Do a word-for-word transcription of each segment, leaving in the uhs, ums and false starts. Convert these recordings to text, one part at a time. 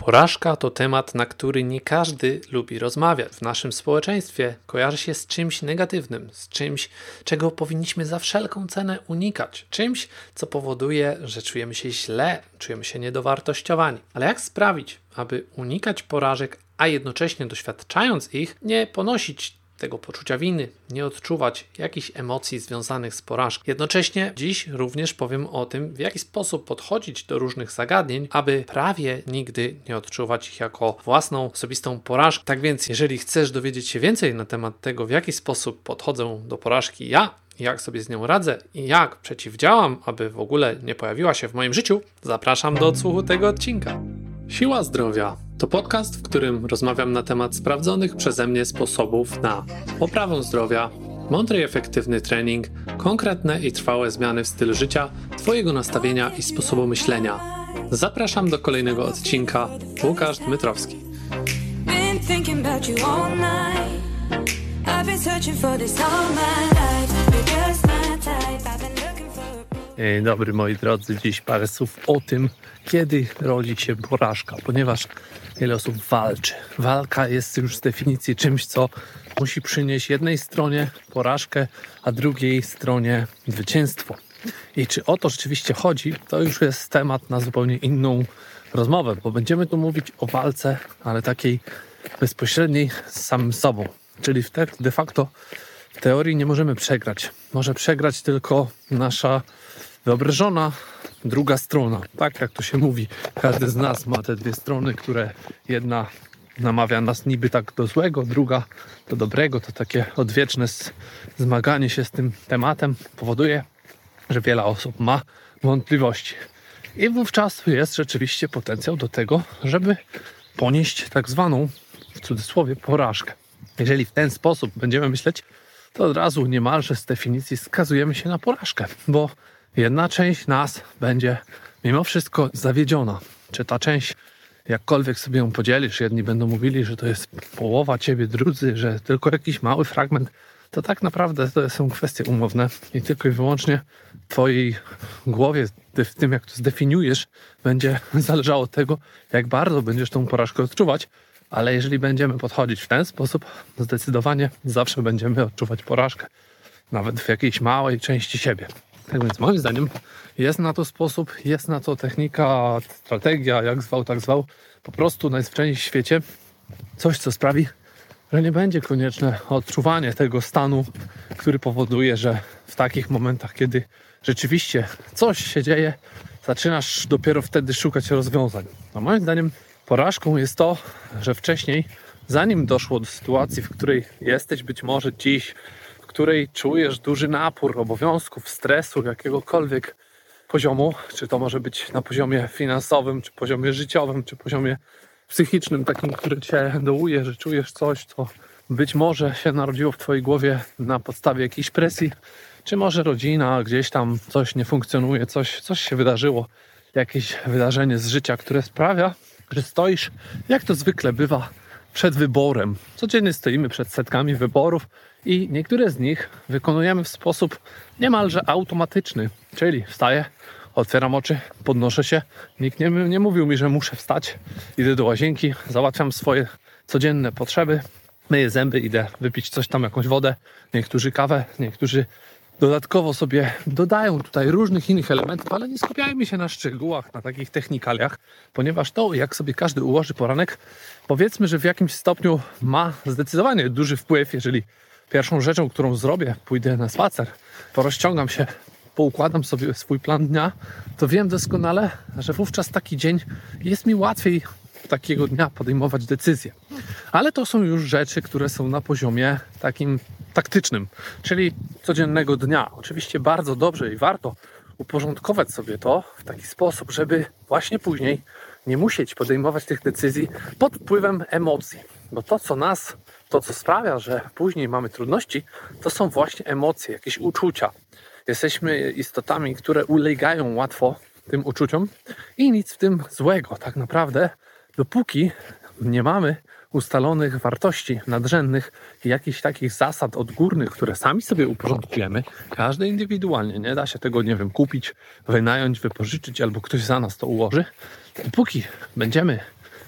Porażka to temat, na który nie każdy lubi rozmawiać. W naszym społeczeństwie kojarzy się z czymś negatywnym, z czymś, czego powinniśmy za wszelką cenę unikać. Czymś, co powoduje, że czujemy się źle, czujemy się niedowartościowani. Ale jak sprawić, aby unikać porażek, a jednocześnie doświadczając ich, nie ponosić tego poczucia winy, nie odczuwać jakichś emocji związanych z porażką. Jednocześnie dziś również powiem o tym, w jaki sposób podchodzić do różnych zagadnień, aby prawie nigdy nie odczuwać ich jako własną, osobistą porażkę. Tak więc, jeżeli chcesz dowiedzieć się więcej na temat tego, w jaki sposób podchodzę do porażki ja, jak sobie z nią radzę i jak przeciwdziałam, aby w ogóle nie pojawiła się w moim życiu, zapraszam do odsłuchu tego odcinka. Siła Zdrowia to podcast, w którym rozmawiam na temat sprawdzonych przeze mnie sposobów na poprawę zdrowia, mądry i efektywny trening, konkretne i trwałe zmiany w stylu życia, Twojego nastawienia i sposobu myślenia. Zapraszam do kolejnego odcinka. Łukasz Dmytrowski. Dzień dobry moi drodzy, dziś parę słów o tym, kiedy rodzi się porażka, ponieważ wiele osób walczy. Walka jest już z definicji czymś, co musi przynieść jednej stronie porażkę, a drugiej stronie zwycięstwo. I czy o to rzeczywiście chodzi, to już jest temat na zupełnie inną rozmowę, bo będziemy tu mówić o walce, ale takiej bezpośredniej z samym sobą. Czyli de facto w teorii nie możemy przegrać. Może przegrać tylko nasza wyobrażona druga strona. Tak jak to się mówi, każdy z nas ma te dwie strony, które jedna namawia nas niby tak do złego, druga do dobrego. To takie odwieczne zmaganie się z tym tematem powoduje, że wiele osób ma wątpliwości. I wówczas jest rzeczywiście potencjał do tego, żeby ponieść tak zwaną, w cudzysłowie, porażkę. Jeżeli w ten sposób będziemy myśleć, to od razu niemalże z definicji skazujemy się na porażkę, bo jedna część nas będzie mimo wszystko zawiedziona. Czy ta część, jakkolwiek sobie ją podzielisz, jedni będą mówili, że to jest połowa ciebie, drudzy, że tylko jakiś mały fragment, to tak naprawdę to są kwestie umowne i tylko i wyłącznie w twojej głowie, w tym jak to zdefiniujesz, będzie zależało od tego, jak bardzo będziesz tą porażkę odczuwać. Ale jeżeli będziemy podchodzić w ten sposób, zdecydowanie zawsze będziemy odczuwać porażkę. Nawet w jakiejś małej części siebie. Tak więc moim zdaniem jest na to sposób, jest na to technika, strategia, jak zwał, tak zwał. Po prostu najzwyczajniej w świecie coś, co sprawi, że nie będzie konieczne odczuwanie tego stanu, który powoduje, że w takich momentach, kiedy rzeczywiście coś się dzieje, zaczynasz dopiero wtedy szukać rozwiązań. A moim zdaniem porażką jest to, że wcześniej, zanim doszło do sytuacji, w której jesteś być może dziś, w której czujesz duży napór obowiązków, stresu, jakiegokolwiek poziomu, czy to może być na poziomie finansowym, czy poziomie życiowym, czy poziomie psychicznym, takim, który cię dołuje, że czujesz coś, co być może się narodziło w twojej głowie na podstawie jakiejś presji, czy może rodzina, gdzieś tam coś nie funkcjonuje, coś, coś się wydarzyło, jakieś wydarzenie z życia, które sprawia, że stoisz, jak to zwykle bywa, przed wyborem. Codziennie stoimy przed setkami wyborów i niektóre z nich wykonujemy w sposób niemalże automatyczny. Czyli wstaję, otwieram oczy, podnoszę się. Nikt nie, nie mówił mi, że muszę wstać. Idę do łazienki, załatwiam swoje codzienne potrzeby, myję zęby, idę wypić coś tam, jakąś wodę. Niektórzy kawę, niektórzy dodatkowo sobie dodają tutaj różnych innych elementów, ale nie skupiajmy się na szczegółach, na takich technikaliach, ponieważ to, jak sobie każdy ułoży poranek, powiedzmy, że w jakimś stopniu ma zdecydowanie duży wpływ, jeżeli pierwszą rzeczą, którą zrobię, pójdę na spacer, porozciągam się, poukładam sobie swój plan dnia, to wiem doskonale, że wówczas taki dzień jest mi łatwiej takiego dnia podejmować decyzje. Ale to są już rzeczy, które są na poziomie takim taktycznym, czyli codziennego dnia. Oczywiście bardzo dobrze i warto uporządkować sobie to w taki sposób, żeby właśnie później nie musieć podejmować tych decyzji pod wpływem emocji. Bo to, co nas, to co sprawia, że później mamy trudności, to są właśnie emocje, jakieś uczucia. Jesteśmy istotami, które ulegają łatwo tym uczuciom i nic w tym złego tak naprawdę, dopóki nie mamy ustalonych wartości nadrzędnych i jakichś takich zasad odgórnych, które sami sobie uporządkujemy, każdy indywidualnie, nie da się tego, nie wiem, kupić, wynająć, wypożyczyć albo ktoś za nas to ułoży. Dopóki będziemy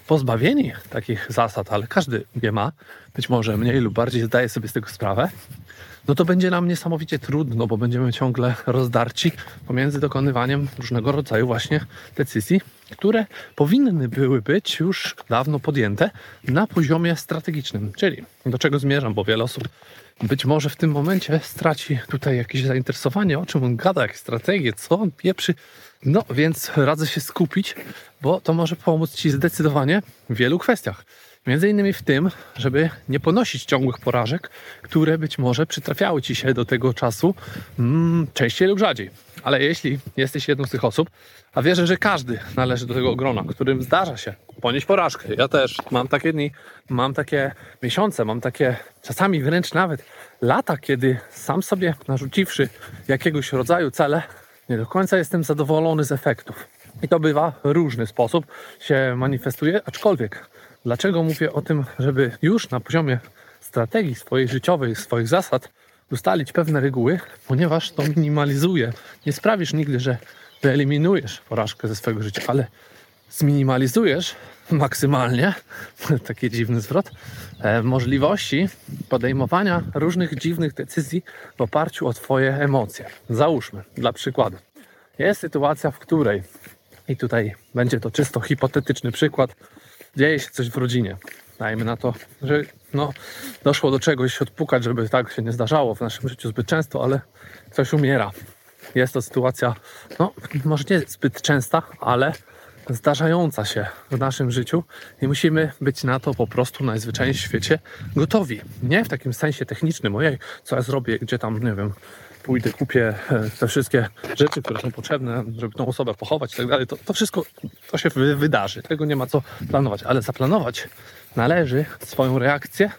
pozbawieni takich zasad, ale każdy je ma, być może mniej lub bardziej zdaje sobie z tego sprawę, no to będzie nam niesamowicie trudno, bo będziemy ciągle rozdarci pomiędzy dokonywaniem różnego rodzaju właśnie decyzji, które powinny były być już dawno podjęte na poziomie strategicznym. Czyli do czego zmierzam, bo wiele osób być może w tym momencie straci tutaj jakieś zainteresowanie, o czym on gada, jakie strategie, co on pieprzy. No więc radzę się skupić, bo to może pomóc Ci zdecydowanie w wielu kwestiach. Między innymi w tym, żeby nie ponosić ciągłych porażek, które być może przytrafiały Ci się do tego czasu mm, częściej lub rzadziej. Ale jeśli jesteś jedną z tych osób, a wierzę, że każdy należy do tego grona, którym zdarza się ponieść porażkę. Ja też mam takie dni, mam takie miesiące, mam takie czasami wręcz nawet lata, kiedy sam sobie narzuciwszy jakiegoś rodzaju cele, nie do końca jestem zadowolony z efektów. I to bywa w różny sposób się manifestuje, aczkolwiek dlaczego mówię o tym, żeby już na poziomie strategii swojej życiowej, swoich zasad ustalić pewne reguły, ponieważ to minimalizuje. Nie sprawisz nigdy, że wyeliminujesz porażkę ze swojego życia, ale zminimalizujesz maksymalnie, taki dziwny zwrot, e, możliwości podejmowania różnych dziwnych decyzji w oparciu o Twoje emocje. Załóżmy, dla przykładu, jest sytuacja, w której, i tutaj będzie to czysto hipotetyczny przykład, dzieje się coś w rodzinie. Dajmy na to, że no, doszło do czegoś odpukać, żeby tak się nie zdarzało w naszym życiu zbyt często, ale ktoś umiera. Jest to sytuacja, no może nie zbyt częsta, ale zdarzająca się w naszym życiu i musimy być na to po prostu najzwyczajniej w świecie gotowi. Nie w takim sensie technicznym, ojej, co ja zrobię, gdzie tam, nie wiem, pójdę, kupię te wszystkie rzeczy, które są potrzebne, żeby tą osobę pochować i tak dalej. To, to wszystko to się wydarzy. Tego nie ma co planować, ale zaplanować należy swoją reakcję,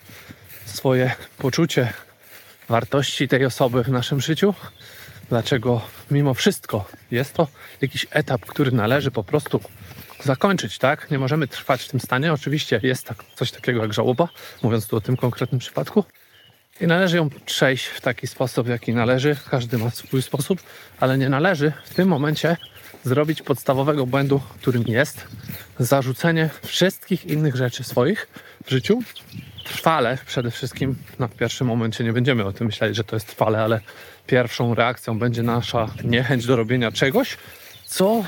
swoje poczucie wartości tej osoby w naszym życiu. Dlaczego mimo wszystko jest to jakiś etap, który należy po prostu zakończyć, tak? Nie możemy trwać w tym stanie. Oczywiście jest tak, coś takiego jak żałoba, mówiąc tu o tym konkretnym przypadku. I należy ją przejść w taki sposób, w jaki należy. Każdy ma swój sposób, ale nie należy w tym momencie zrobić podstawowego błędu, którym jest zarzucenie wszystkich innych rzeczy swoich w życiu. Trwale przede wszystkim, na pierwszym momencie nie będziemy o tym myśleli, że to jest trwale, ale pierwszą reakcją będzie nasza niechęć do robienia czegoś, co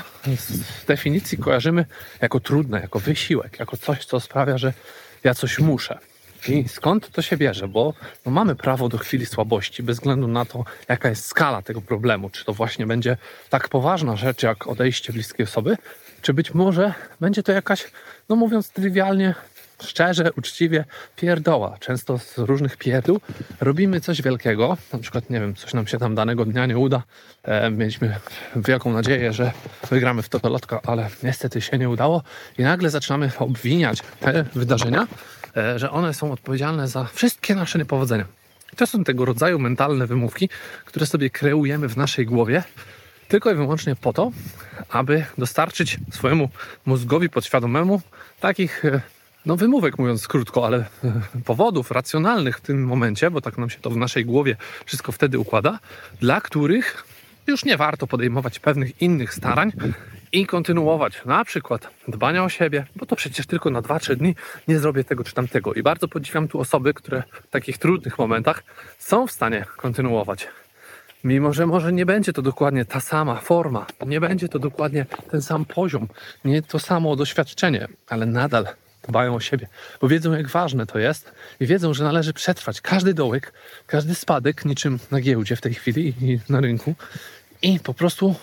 z definicji kojarzymy jako trudne, jako wysiłek, jako coś, co sprawia, że ja coś muszę. I skąd to się bierze? Bo no, mamy prawo do chwili słabości, bez względu na to, jaka jest skala tego problemu. Czy to właśnie będzie tak poważna rzecz, jak odejście bliskiej osoby, czy być może będzie to jakaś, no mówiąc trywialnie, szczerze, uczciwie, pierdoła. Często z różnych pierdół robimy coś wielkiego, na przykład, nie wiem, coś nam się tam danego dnia nie uda. E, mieliśmy wielką nadzieję, że wygramy w totolotka, ale niestety się nie udało i nagle zaczynamy obwiniać te wydarzenia, e, że one są odpowiedzialne za wszystkie nasze niepowodzenia. I to są tego rodzaju mentalne wymówki, które sobie kreujemy w naszej głowie tylko i wyłącznie po to, aby dostarczyć swojemu mózgowi podświadomemu takich no wymówek, mówiąc krótko, ale powodów racjonalnych w tym momencie, bo tak nam się to w naszej głowie wszystko wtedy układa, dla których już nie warto podejmować pewnych innych starań i kontynuować na przykład dbania o siebie, bo to przecież tylko na dwa trzy dni nie zrobię tego czy tamtego. I bardzo podziwiam tu osoby, które w takich trudnych momentach są w stanie kontynuować. Mimo że może nie będzie to dokładnie ta sama forma, nie będzie to dokładnie ten sam poziom, nie to samo doświadczenie, ale nadal dbają o siebie, bo wiedzą, jak ważne to jest i wiedzą, że należy przetrwać każdy dołek, każdy spadek, niczym na giełdzie w tej chwili i na rynku i po prostu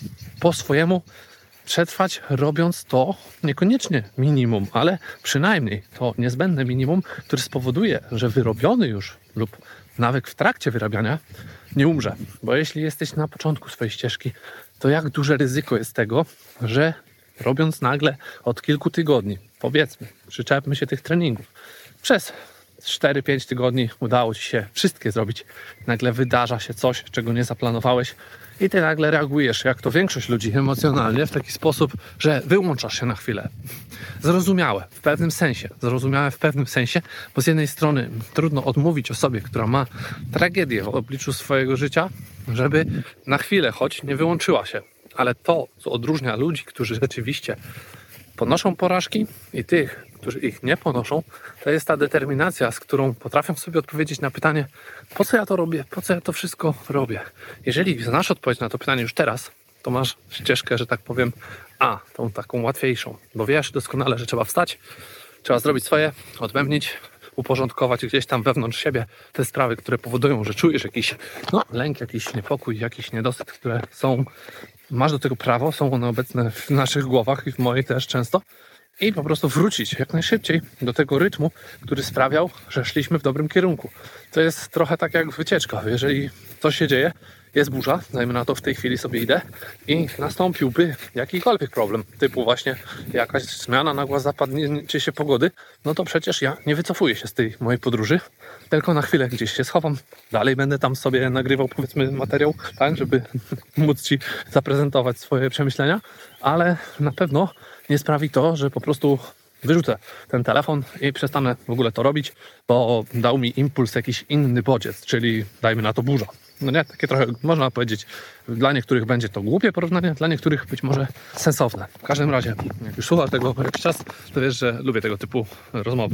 po swojemu przetrwać, robiąc to niekoniecznie minimum, ale przynajmniej to niezbędne minimum, które spowoduje, że wyrobiony już lub nawyk w trakcie wyrabiania nie umrze. Bo jeśli jesteś na początku swojej ścieżki, to jak duże ryzyko jest tego, że robiąc nagle od kilku tygodni, powiedzmy, przyczepmy się tych treningów, przez cztery pięć tygodni udało Ci się wszystkie zrobić, nagle wydarza się coś, czego nie zaplanowałeś i Ty nagle reagujesz, jak to większość ludzi, emocjonalnie w taki sposób, że wyłączasz się na chwilę. Zrozumiałe w pewnym sensie, zrozumiałe w pewnym sensie, bo z jednej strony trudno odmówić osobie, która ma tragedię w obliczu swojego życia, żeby na chwilę choć nie wyłączyła się. Ale to, co odróżnia ludzi, którzy rzeczywiście ponoszą porażki i tych, którzy ich nie ponoszą, to jest ta determinacja, z którą potrafią sobie odpowiedzieć na pytanie, po co ja to robię, po co ja to wszystko robię. Jeżeli znasz odpowiedź na to pytanie już teraz, to masz ścieżkę, że tak powiem, a, tą taką łatwiejszą, bo wiesz doskonale, że trzeba wstać, trzeba zrobić swoje, odbębnić, uporządkować gdzieś tam wewnątrz siebie te sprawy, które powodują, że czujesz jakiś no, lęk, jakiś niepokój, jakiś niedosyt, które są, masz do tego prawo, są one obecne w naszych głowach i w mojej też często i po prostu wrócić jak najszybciej do tego rytmu, który sprawiał, że szliśmy w dobrym kierunku. To jest trochę tak jak wycieczka. Jeżeli coś się dzieje, jest burza, dajmy na to, w tej chwili sobie idę i nastąpiłby jakikolwiek problem, typu właśnie jakaś zmiana nagła, zapadnięcie się pogody, no to przecież ja nie wycofuję się z tej mojej podróży, tylko na chwilę gdzieś się schowam, dalej będę tam sobie nagrywał, powiedzmy, materiał, tak, żeby móc Ci zaprezentować swoje przemyślenia, ale na pewno nie sprawi to, że po prostu wyrzucę ten telefon i przestanę w ogóle to robić, bo dał mi impuls jakiś inny bodziec, czyli dajmy na to burza. No nie, takie trochę można powiedzieć, dla niektórych będzie to głupie porównanie, dla niektórych być może sensowne. W każdym razie, jak już słuchasz tego jakiś czas, to wiesz, że lubię tego typu rozmowy.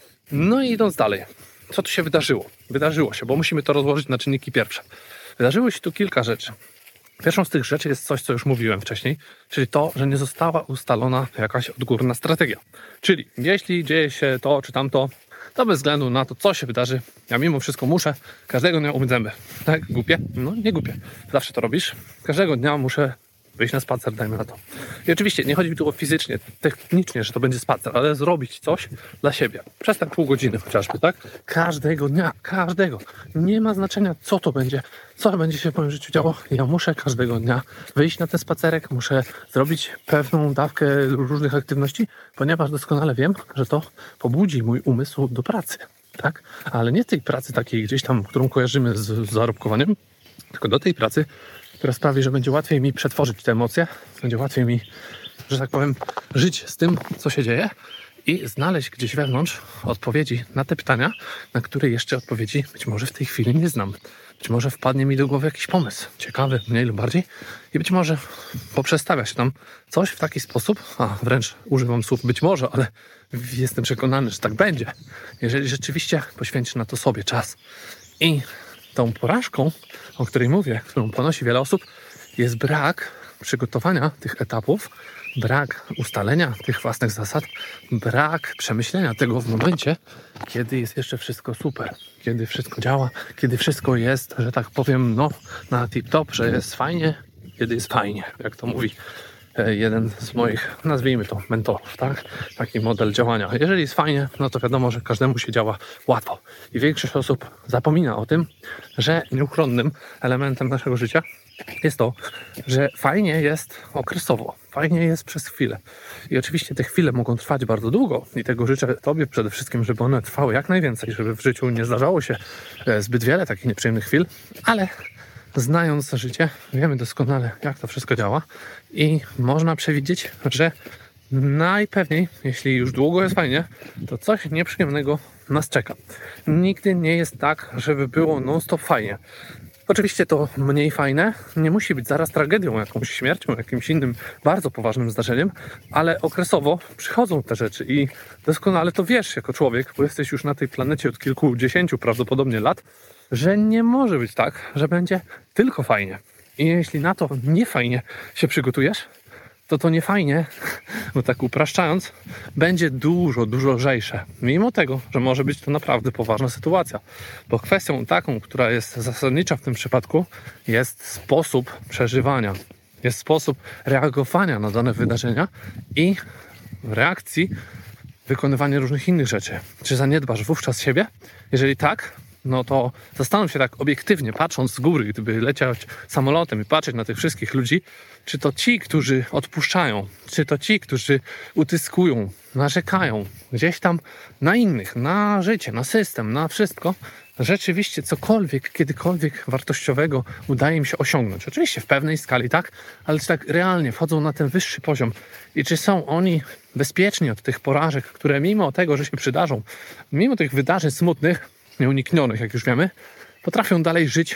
No i idąc dalej, co tu się wydarzyło? Wydarzyło się, bo musimy to rozłożyć na czynniki pierwsze. Wydarzyło się tu kilka rzeczy. Pierwszą z tych rzeczy jest coś, co już mówiłem wcześniej, czyli to, że nie została ustalona jakaś odgórna strategia. Czyli jeśli dzieje się to czy tamto, to bez względu na to, co się wydarzy, ja mimo wszystko muszę każdego dnia umyć zęby. Tak? Głupie? No nie głupie. Zawsze to robisz. Każdego dnia muszę wyjść na spacer, dajmy na to. I oczywiście nie chodzi mi tu o fizycznie, technicznie, że to będzie spacer, ale zrobić coś dla siebie. Przez te pół godziny chociażby, tak? Każdego dnia, każdego. Nie ma znaczenia, co to będzie, co będzie się w moim życiu działo. Ja muszę każdego dnia wyjść na ten spacerek, muszę zrobić pewną dawkę różnych aktywności, ponieważ doskonale wiem, że to pobudzi mój umysł do pracy, tak? Ale nie tej pracy takiej gdzieś tam, którą kojarzymy z zarobkowaniem, tylko do tej pracy, która sprawi, że będzie łatwiej mi przetworzyć te emocje, będzie łatwiej mi, że tak powiem, żyć z tym, co się dzieje i znaleźć gdzieś wewnątrz odpowiedzi na te pytania, na które jeszcze odpowiedzi być może w tej chwili nie znam. Być może wpadnie mi do głowy jakiś pomysł, ciekawy, mniej lub bardziej, i być może poprzestawia się tam coś w taki sposób, a wręcz używam słów być może, ale jestem przekonany, że tak będzie, jeżeli rzeczywiście poświęcisz na to sobie czas. I tą porażką, o której mówię, którą ponosi wiele osób, jest brak przygotowania tych etapów, brak ustalenia tych własnych zasad, brak przemyślenia tego w momencie, kiedy jest jeszcze wszystko super, kiedy wszystko działa, kiedy wszystko jest, że tak powiem, no, na tip-top, że jest fajnie, kiedy jest fajnie, jak to mówi jeden z moich, nazwijmy to, mentorów, tak? Taki model działania. Jeżeli jest fajnie, no to wiadomo, że każdemu się działa łatwo. I większość osób zapomina o tym, że nieuchronnym elementem naszego życia jest to, że fajnie jest okresowo, fajnie jest przez chwilę. I oczywiście te chwile mogą trwać bardzo długo i tego życzę Tobie przede wszystkim, żeby one trwały jak najwięcej, żeby w życiu nie zdarzało się zbyt wiele takich nieprzyjemnych chwil, ale znając życie, wiemy doskonale, jak to wszystko działa i można przewidzieć, że najpewniej, jeśli już długo jest fajnie, to coś nieprzyjemnego nas czeka. Nigdy nie jest tak, żeby było non-stop fajnie. Oczywiście to mniej fajne nie musi być zaraz tragedią, jakąś śmiercią, jakimś innym bardzo poważnym zdarzeniem, ale okresowo przychodzą te rzeczy i doskonale to wiesz jako człowiek, bo jesteś już na tej planecie od kilkudziesięciu prawdopodobnie lat, że nie może być tak, że będzie tylko fajnie. I jeśli na to nie fajnie się przygotujesz, to to nie fajnie, bo tak upraszczając, będzie dużo, dużo lżejsze. Mimo tego, że może być to naprawdę poważna sytuacja. Bo kwestią taką, która jest zasadnicza w tym przypadku, jest sposób przeżywania. Jest sposób reagowania na dane wydarzenia i w reakcji wykonywanie różnych innych rzeczy. Czy zaniedbasz wówczas siebie? Jeżeli tak, no to zastanów się tak obiektywnie, patrząc z góry, gdyby lecieć samolotem i patrzeć na tych wszystkich ludzi, czy to ci, którzy odpuszczają, czy to ci, którzy utyskują, narzekają gdzieś tam na innych, na życie, na system, na wszystko, rzeczywiście cokolwiek, kiedykolwiek wartościowego udaje im się osiągnąć. Oczywiście w pewnej skali, tak, ale czy tak realnie wchodzą na ten wyższy poziom i czy są oni bezpieczni od tych porażek, które mimo tego, że się przydarzą, mimo tych wydarzeń smutnych, nieuniknionych, jak już wiemy, potrafią dalej żyć,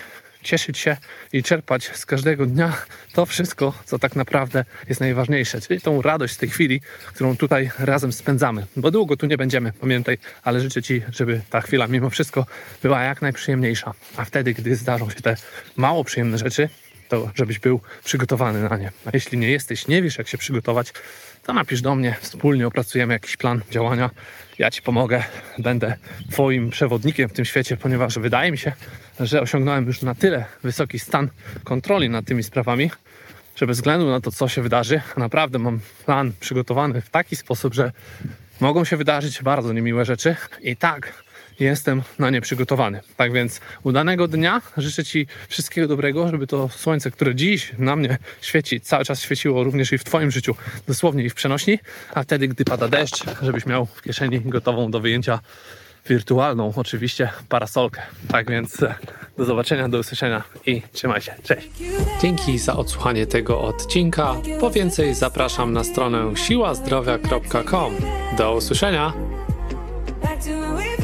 cieszyć się i czerpać z każdego dnia to wszystko, co tak naprawdę jest najważniejsze, czyli tą radość z tej chwili, którą tutaj razem spędzamy. Bo długo tu nie będziemy, pamiętaj, ale życzę Ci, żeby ta chwila mimo wszystko była jak najprzyjemniejsza. A wtedy, gdy zdarzą się te mało przyjemne rzeczy, to żebyś był przygotowany na nie. A jeśli nie jesteś, nie wiesz jak się przygotować, to napisz do mnie, wspólnie opracujemy jakiś plan działania. Ja Ci pomogę, będę Twoim przewodnikiem w tym świecie, ponieważ wydaje mi się, że osiągnąłem już na tyle wysoki stan kontroli nad tymi sprawami, że bez względu na to, co się wydarzy, naprawdę mam plan przygotowany w taki sposób, że mogą się wydarzyć bardzo niemiłe rzeczy i tak jestem na nie przygotowany. Tak więc udanego dnia, życzę Ci wszystkiego dobrego, żeby to słońce, które dziś na mnie świeci, cały czas świeciło również i w Twoim życiu, dosłownie i w przenośni, a wtedy, gdy pada deszcz, żebyś miał w kieszeni gotową do wyjęcia wirtualną, oczywiście, parasolkę. Tak więc do zobaczenia, do usłyszenia i trzymaj się. Cześć! Dzięki za odsłuchanie tego odcinka. Po więcej zapraszam na stronę siła zdrowia kropka com. Do usłyszenia! Back to when we